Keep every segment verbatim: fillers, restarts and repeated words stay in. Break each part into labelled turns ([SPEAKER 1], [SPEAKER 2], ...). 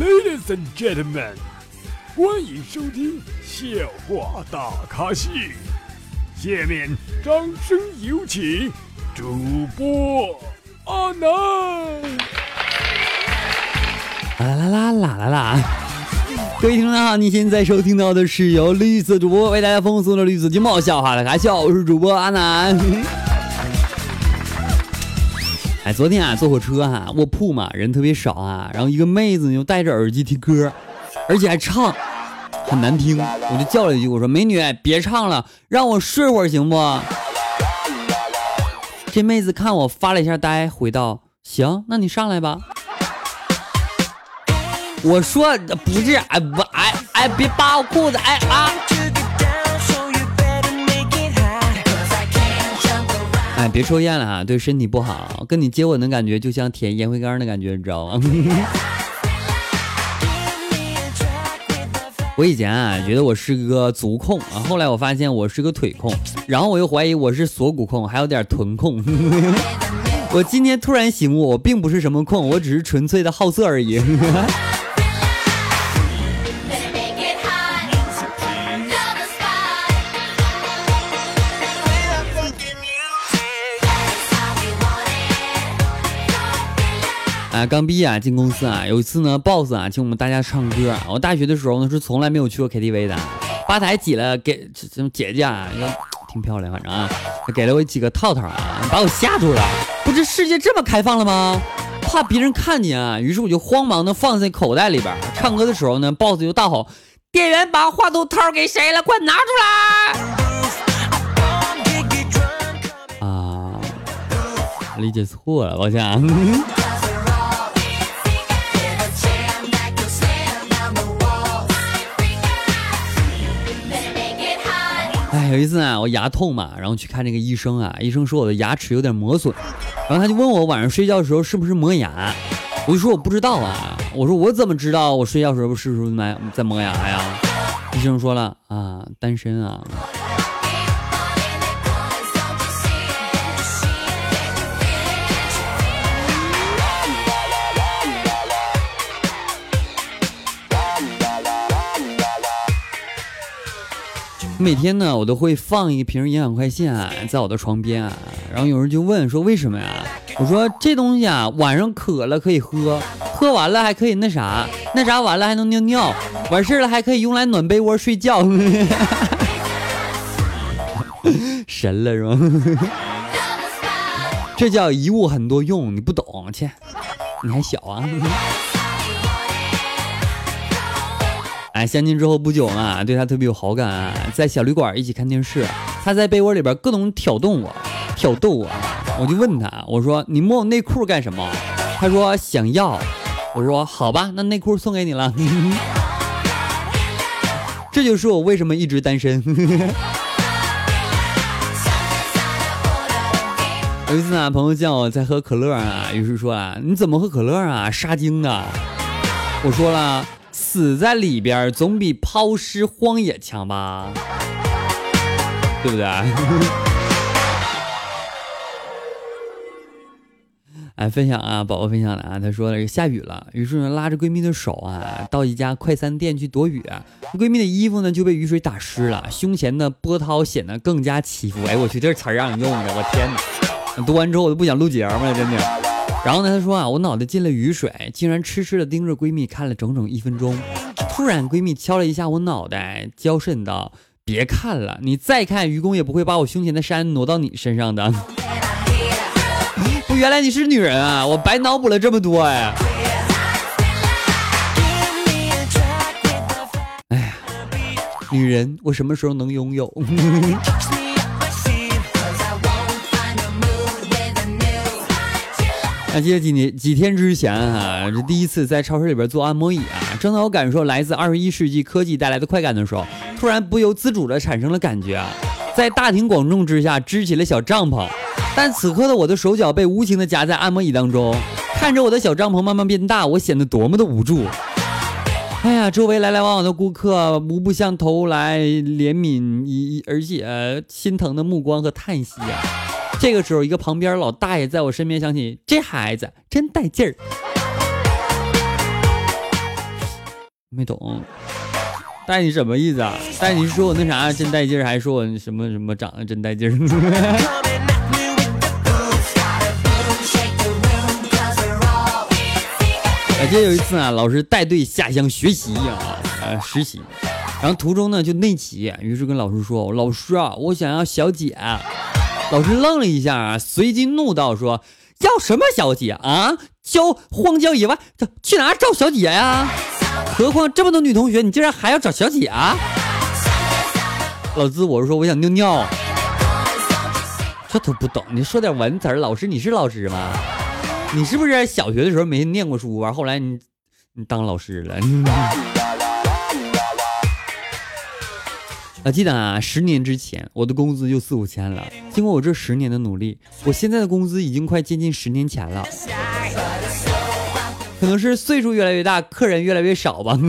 [SPEAKER 1] Ladies and gentlemen， 欢迎收听笑话大咖秀。下面掌声有请主播阿南。
[SPEAKER 2] 啦啦啦啦啦啦！各位听众好，你现在收听到的是由绿色主播为大家奉送的绿色节目笑话大咖秀，我是主播阿南。哎，昨天啊，坐火车啊，卧铺嘛，人特别少啊，然后一个妹子就戴着耳机听歌，而且还唱，很难听。我就叫了一句，我说：“美女，别唱了，让我睡会儿行不？”这妹子看我发了一下呆，回道：“行，那你上来吧。”我说：“不是，哎不，哎哎，别扒我裤子，哎啊！”哎，别抽烟了啊，对身体不好。跟你接吻的感觉就像舔烟灰缸的感觉，你知道吗？我以前啊觉得我是个足控啊，后来我发现我是个腿控，然后我又怀疑我是锁骨控，还有点臀控。我今天突然醒悟，我并不是什么控，我只是纯粹的好色而已。啊，刚毕业啊，进公司啊，有一次呢 boss 啊请我们大家唱歌。我大学的时候呢是从来没有去过 K T V 的，吧台挤了给这种姐姐啊，挺漂亮，反正啊，给了我几个套套啊，把我吓住了。不是世界这么开放了吗？怕别人看见啊，于是我就慌忙的放在口袋里边。唱歌的时候呢 boss 就大吼：“店员把话筒套给谁了？快拿出来！”啊，理解错了，抱歉啊。哎，有一次啊，我牙痛嘛，然后去看那个医生啊，医生说我的牙齿有点磨损，然后他就问我晚上睡觉的时候是不是磨牙，我就说我不知道啊，我说我怎么知道我睡觉的时候是不是在磨牙呀？医生说了啊，单身啊。每天呢我都会放一瓶营养快线啊在我的床边啊，然后有人就问说为什么呀？我说这东西啊晚上渴了可以喝，喝完了还可以那啥那啥完了还能尿尿，完事了还可以用来暖被窝睡觉。神了是吗？这叫一物很多用，你不懂，切，你还小啊。哎，相亲之后不久啊，对他特别有好感啊，在小旅馆一起看电视，他在被窝里边各种挑动我，挑逗我，我就问他，我说你摸我内裤干什么？他说想要，我说好吧，那内裤送给你了。这就是我为什么一直单身。有一次啊，朋友叫我在喝可乐啊，于是说啊，你怎么喝可乐啊？杀精的。我说了。死在里边总比抛尸荒野强吧，对不对？哎，分享啊，宝宝分享的啊，他说了下雨了，于是呢拉着闺蜜的手啊，到一家快餐店去躲雨，闺蜜的衣服呢就被雨水打湿了，胸前的波涛显得更加起伏。哎，我去，这词儿让你用的，我天哪！读完之后我都不想录节目了，真的。然后呢，他说啊，我脑袋进了雨水，竟然痴痴的盯着闺蜜看了整整一分钟。突然，闺蜜敲了一下我脑袋，娇嗔道：“别看了，你再看，愚公也不会把我胸前的山挪到你身上的。”不，原来你是女人啊！我白脑补了这么多哎。哎呀，女人，我什么时候能拥有？那记得几年几天之前啊，这第一次在超市里边做按摩椅啊，正当我感受来自二十一世纪科技带来的快感的时候，突然不由自主的产生了感觉啊，在大庭广众之下支起了小帐篷，但此刻的我的手脚被无情的夹在按摩椅当中，看着我的小帐篷慢慢变大，我显得多么的无助。哎呀，周围来来往往的顾客无不向投来怜悯以而且心疼的目光和叹息啊。这个时候，一个旁边老大爷在我身边响起：“这孩子真带劲儿。” 没懂，带你什么意思啊？带你是说我那啥真带劲儿，还是说我什么什么长得真带劲儿？我记得有一次啊，老师带队下乡学习啊，呃实习，然后途中呢就内急，于是跟老师说：“老师啊，我想要小姐。”老师愣了一下啊，随即怒道说：“要什么小姐啊？郊荒郊野外，去哪找小姐呀？何况这么多女同学，你竟然还要找小姐啊？”老子我是说我想尿尿，这都不懂，你说点文词儿。老师，你是老师吗？你是不是小学的时候没念过书啊？后来你你当老师了？我记得啊，十年之前我的工资就四五千了。经过我这十年的努力，我现在的工资已经快接近十年前了。可能是岁数越来越大，客人越来越少吧。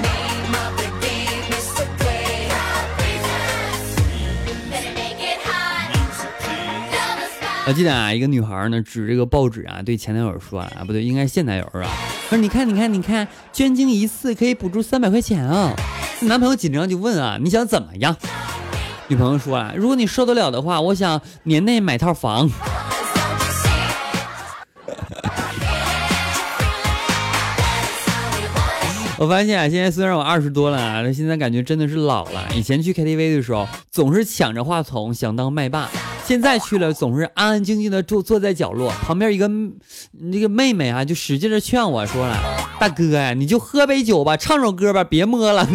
[SPEAKER 2] 我记得啊，一个女孩呢指这个报纸啊，对前男友说啊，不对，应该现男友啊，说你看你看你看，捐精一次可以补助三百块钱啊。男朋友紧张就问啊，你想怎么样？女朋友说啊，如果你受得了的话，我想年内买套房。我发现啊，现在虽然我二十多了啊，现在感觉真的是老了。以前去 K T V 的时候，总是抢着话筒，想当麦霸；现在去了，总是安安静静的坐坐在角落，旁边一个那个妹妹啊，就使劲的劝我说了：“大哥呀、啊，你就喝杯酒吧，唱首歌吧，别摸了。”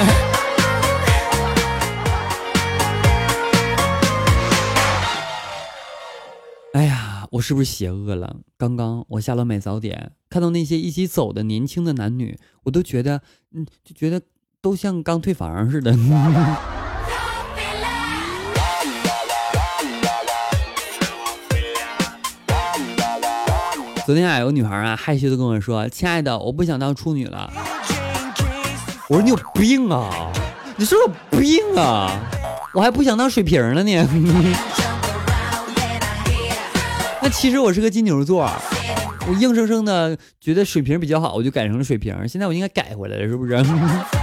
[SPEAKER 2] 哎呀，我是不是邪恶了？刚刚我下楼买早点，看到那些一起走的年轻的男女，我都觉得，嗯，就觉得都像刚退房似的。昨天啊，有个女孩啊，害羞的跟我说：“亲爱的，我不想当处女了。”我说：“你有病啊！你是不是有病啊？我还不想当水瓶了呢。”那其实我是个金牛座，我硬生生的觉得水瓶比较好，我就改成了水瓶。现在我应该改回来了，是不是？是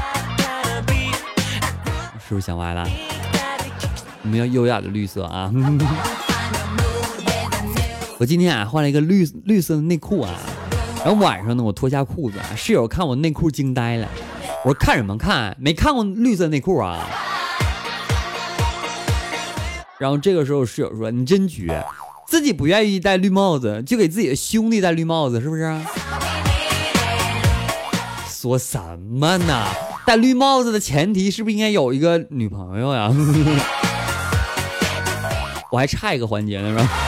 [SPEAKER 2] 不是想歪了？我们要优雅的绿色啊！我今天啊换了一个绿绿色的内裤啊，然后晚上呢我脱下裤子，室友看我内裤惊呆了。我说看什么看？没看过绿色内裤啊？然后这个时候室友说：“你真绝。”自己不愿意戴绿帽子，就给自己的兄弟戴绿帽子，是不是？说什么呢？戴绿帽子的前提是不是应该有一个女朋友呀？我还差一个环节呢，是吧？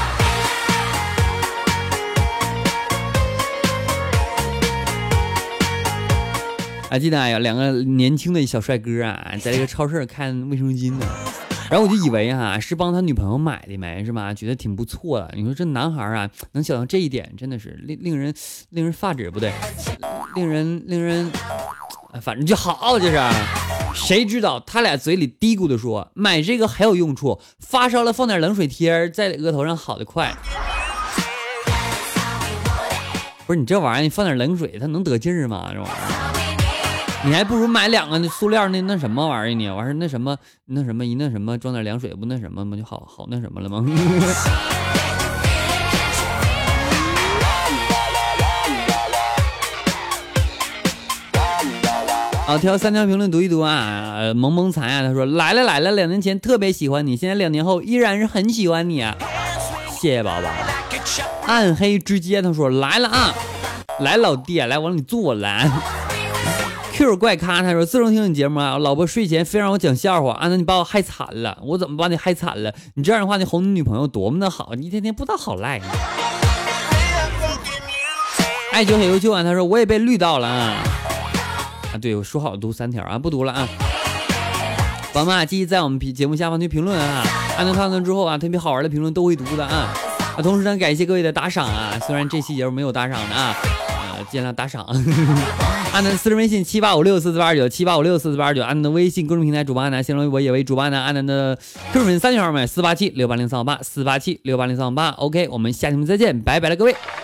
[SPEAKER 2] 还记得啊，有两个年轻的小帅哥啊，在这个超市看卫生巾呢。然后我就以为啊是帮他女朋友买的没是吧？觉得挺不错的。你说这男孩啊能想到这一点，真的是令令人令人发指，不对，令人令人，反正就好就是。谁知道他俩嘴里嘀咕的说买这个还有用处，发烧了放点冷水贴在额头上好得快。不是你这玩意儿，你放点冷水，它能得劲儿吗？这玩意儿。你还不如买两个那塑料那那什么玩意儿呢？完事那什么那什么一那什么装点凉水不那什么吗？就好好那什么了吗？好，挑三条评论读一读啊。萌萌财啊，他说来了来了，两年前特别喜欢你，现在两年后依然是很喜欢你啊，谢谢宝宝。暗黑之街他说来了啊，来老弟啊，来往里坐来。Q 怪咖他说自从听你节目啊，老婆睡前非让我讲笑话，啊那你把我害惨了，我怎么把你害惨了？你这样的话你哄你女朋友多么的好，你一天天不知道好赖。爱九很优秀啊，他说我也被绿到了啊，啊对我说好读三条啊，不读了啊。宝妈记得在我们节目下方去评论啊，按照看看之后啊，特别好玩的评论都会读的啊。啊同时呢感谢各位的打赏啊，虽然这期节目没有打赏的啊，呃尽量打赏。安南私人微信七八五六四四八九七八五六四四八九，安南的微信公众平台主播安南，新浪微博也为主播安南，安南的 Q 粉三群号们四八七六八零三五八四八七六八零三五八 OK， 我们下期节目再见，拜拜了各位。